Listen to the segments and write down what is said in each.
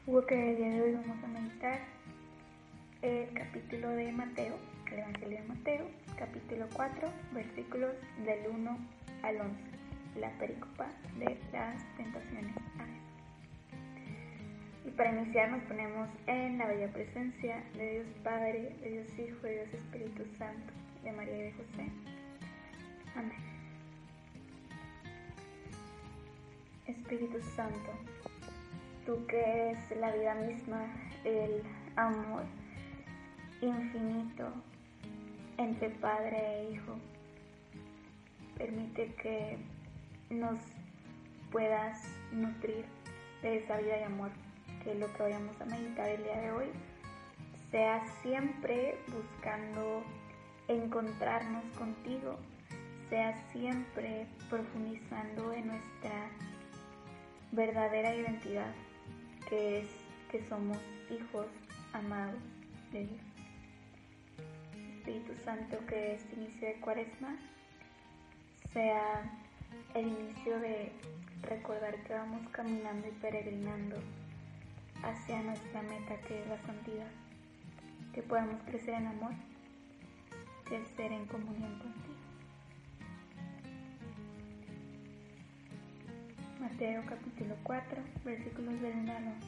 Que el día de hoy vamos a meditar el capítulo de Mateo, el Evangelio de Mateo, capítulo 4, versículos del 1 al 11, la pericopa de las tentaciones a Jesús. Y para iniciar nos ponemos en la bella presencia de Dios Padre, de Dios Hijo, de Dios Espíritu Santo, de María y de José. Amén. Espíritu Santo, tú que eres la vida misma, el amor infinito entre Padre e Hijo, permite que nos puedas nutrir de esa vida y amor, que lo que vayamos a meditar el día de hoy sea siempre buscando encontrarnos contigo, sea siempre profundizando en nuestra verdadera identidad, que es que somos hijos amados de Dios. Espíritu Santo, que este inicio de Cuaresma sea el inicio de recordar que vamos caminando y peregrinando hacia nuestra meta, que es la santidad, que podamos crecer en amor, crecer en comunión contigo. Mateo capítulo 4, versículos del 1 al 11.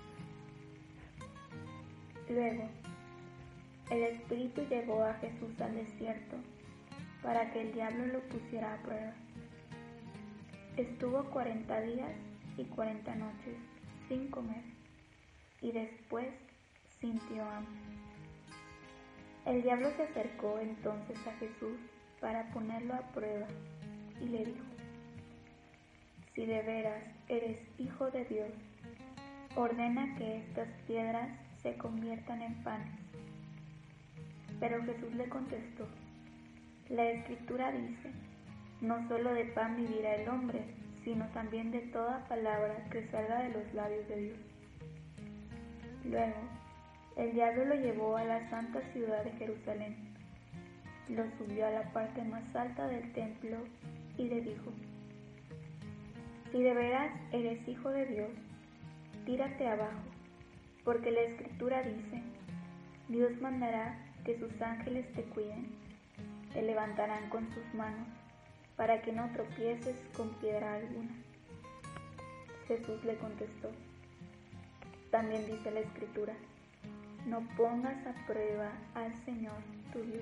Luego, el Espíritu llevó a Jesús al desierto para que el diablo lo pusiera a prueba. Estuvo 40 días y 40 noches sin comer, y después sintió hambre. El diablo se acercó entonces a Jesús para ponerlo a prueba y le dijo: si de veras eres Hijo de Dios, ordena que estas piedras se conviertan en panes. Pero Jesús le contestó: la Escritura dice, no solo de pan vivirá el hombre, sino también de toda palabra que salga de los labios de Dios. Luego, el diablo lo llevó a la santa ciudad de Jerusalén, lo subió a la parte más alta del templo y le dijo: si de veras eres Hijo de Dios, tírate abajo, porque la Escritura dice, Dios mandará que sus ángeles te cuiden, te levantarán con sus manos, para que no tropieces con piedra alguna. Jesús le contestó: también dice la Escritura, no pongas a prueba al Señor tu Dios.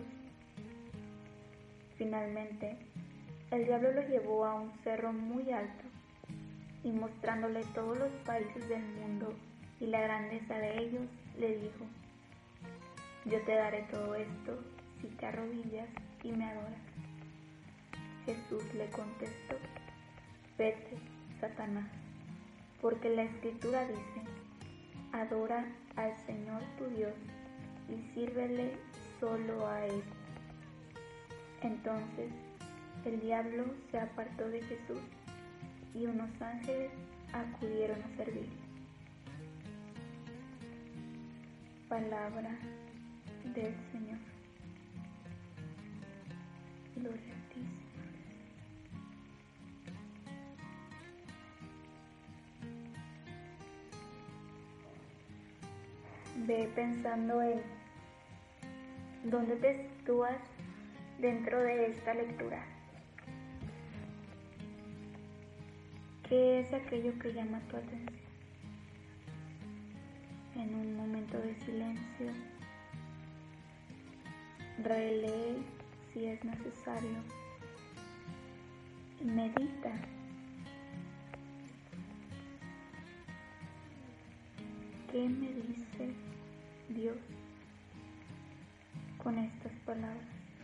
Finalmente, el diablo lo llevó a un cerro muy alto, y mostrándole todos los países del mundo y la grandeza de ellos, le dijo: yo te daré todo esto si te arrodillas y me adoras. Jesús le contestó: vete, Satanás, porque la Escritura dice, adora al Señor tu Dios y sírvele solo a Él. Entonces el diablo se apartó de Jesús y unos ángeles acudieron a servirle. Palabra del Señor. Gloria a ti, Señor. Ve pensando en dónde te sitúas dentro de esta lectura. ¿Qué es aquello que llama tu atención? En un momento de silencio, relee si es necesario y medita. ¿Qué me dice Dios con estas palabras?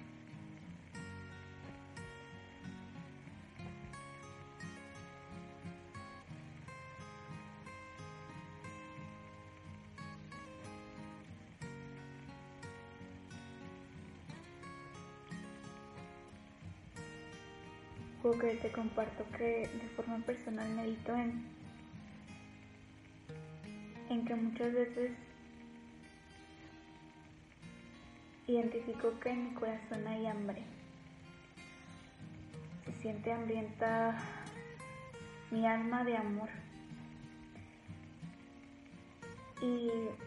Que te comparto que de forma personal medito en que muchas veces identifico que en mi corazón hay hambre. Se siente hambrienta mi alma de amor. y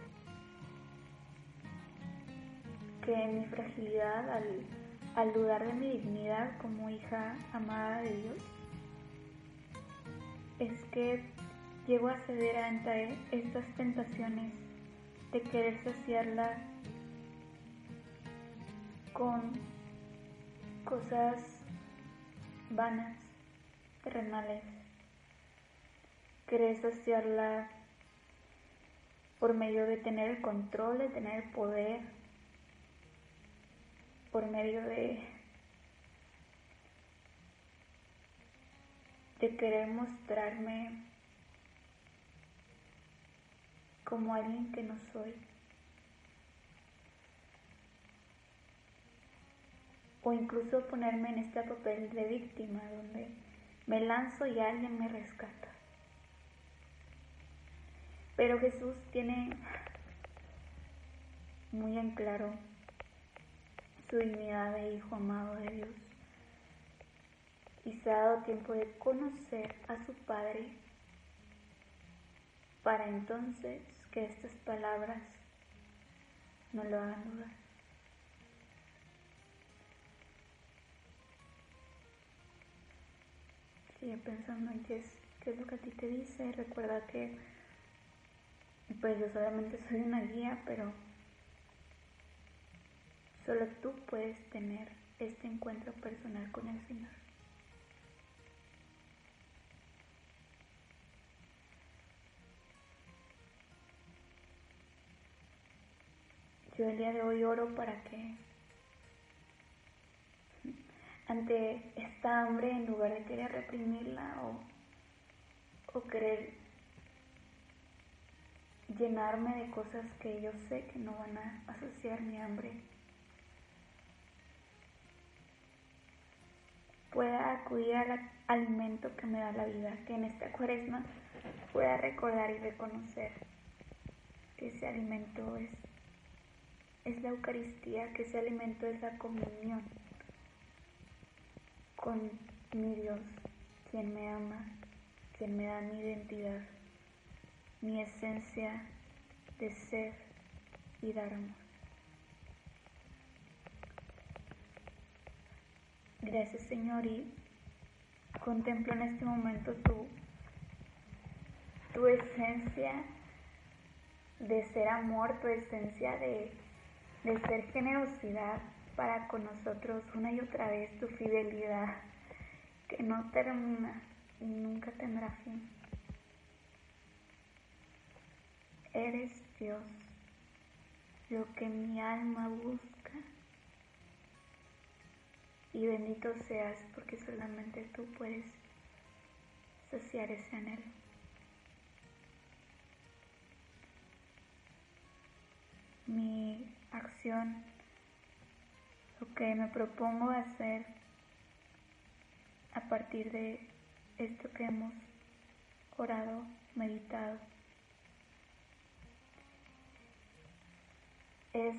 que en mi fragilidad, al dudar de mi dignidad como hija amada de Dios, es que llego a ceder ante estas tentaciones de querer saciarla con cosas vanas, terrenales, querer saciarla por medio de tener el control, de tener el poder, por medio de querer mostrarme como alguien que no soy. O incluso ponerme en este papel de víctima, donde me lanzo y alguien me rescata. Pero Jesús tiene muy en claro su dignidad de hijo amado de Dios. Y se ha dado tiempo de conocer a su Padre para entonces que estas palabras no lo hagan dudar. Sigue pensando en qué es lo que a ti te dice. Recuerda que pues yo solamente soy una guía, pero solo tú puedes tener este encuentro personal con el Señor. Yo el día de hoy oro para que ante esta hambre, en lugar de querer reprimirla o querer llenarme de cosas que yo sé que no van a saciar mi hambre, pueda acudir al alimento que me da la vida, que en esta Cuaresma pueda recordar y reconocer que ese alimento es la Eucaristía, que ese alimento es la comunión con mi Dios, quien me ama, quien me da mi identidad, mi esencia de ser y dar amor. Gracias, Señor, y contemplo en este momento tu esencia de ser amor, tu esencia de ser generosidad para con nosotros una y otra vez, tu fidelidad que no termina y nunca tendrá fin. Eres Dios, lo que mi alma busca, y bendito seas porque solamente tú puedes saciar ese anhelo. Mi acción, lo que me propongo hacer a partir de esto que hemos orado, meditado, es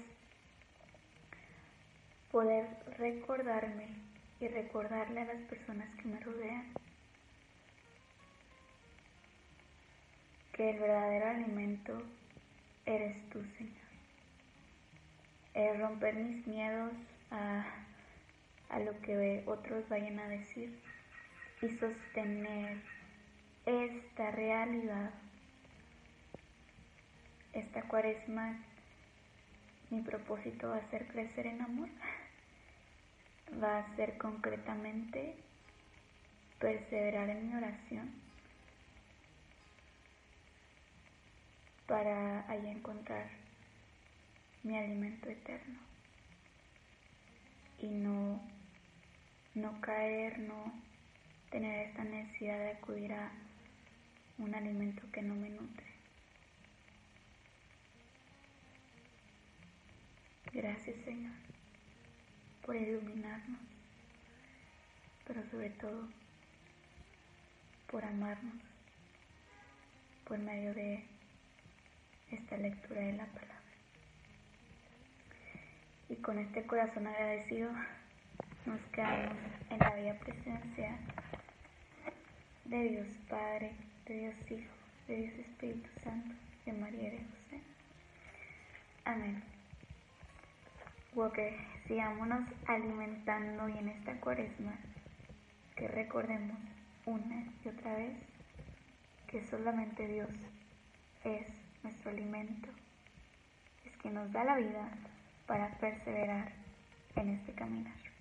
poder recordarme y recordarle a las personas que me rodean que el verdadero alimento eres tú, Señor. Es romper mis miedos a lo que otros vayan a decir y sostener esta realidad. Esta Cuaresma, mi propósito va a ser crecer en amor, va a ser concretamente perseverar en mi oración para allá encontrar mi alimento eterno y no caer, no tener esta necesidad de acudir a un alimento que no me nutre. Gracias, Señor, por iluminarnos, pero sobre todo por amarnos por medio de esta lectura de la palabra. Y con este corazón agradecido nos quedamos en la bella presencia de Dios Padre, de Dios Hijo, de Dios Espíritu Santo. de María y de José. Amén. Walker, sigámonos alimentando y en esta cuaresma que recordemos una y otra vez que solamente Dios es nuestro alimento, es quien nos da la vida para perseverar en este caminar.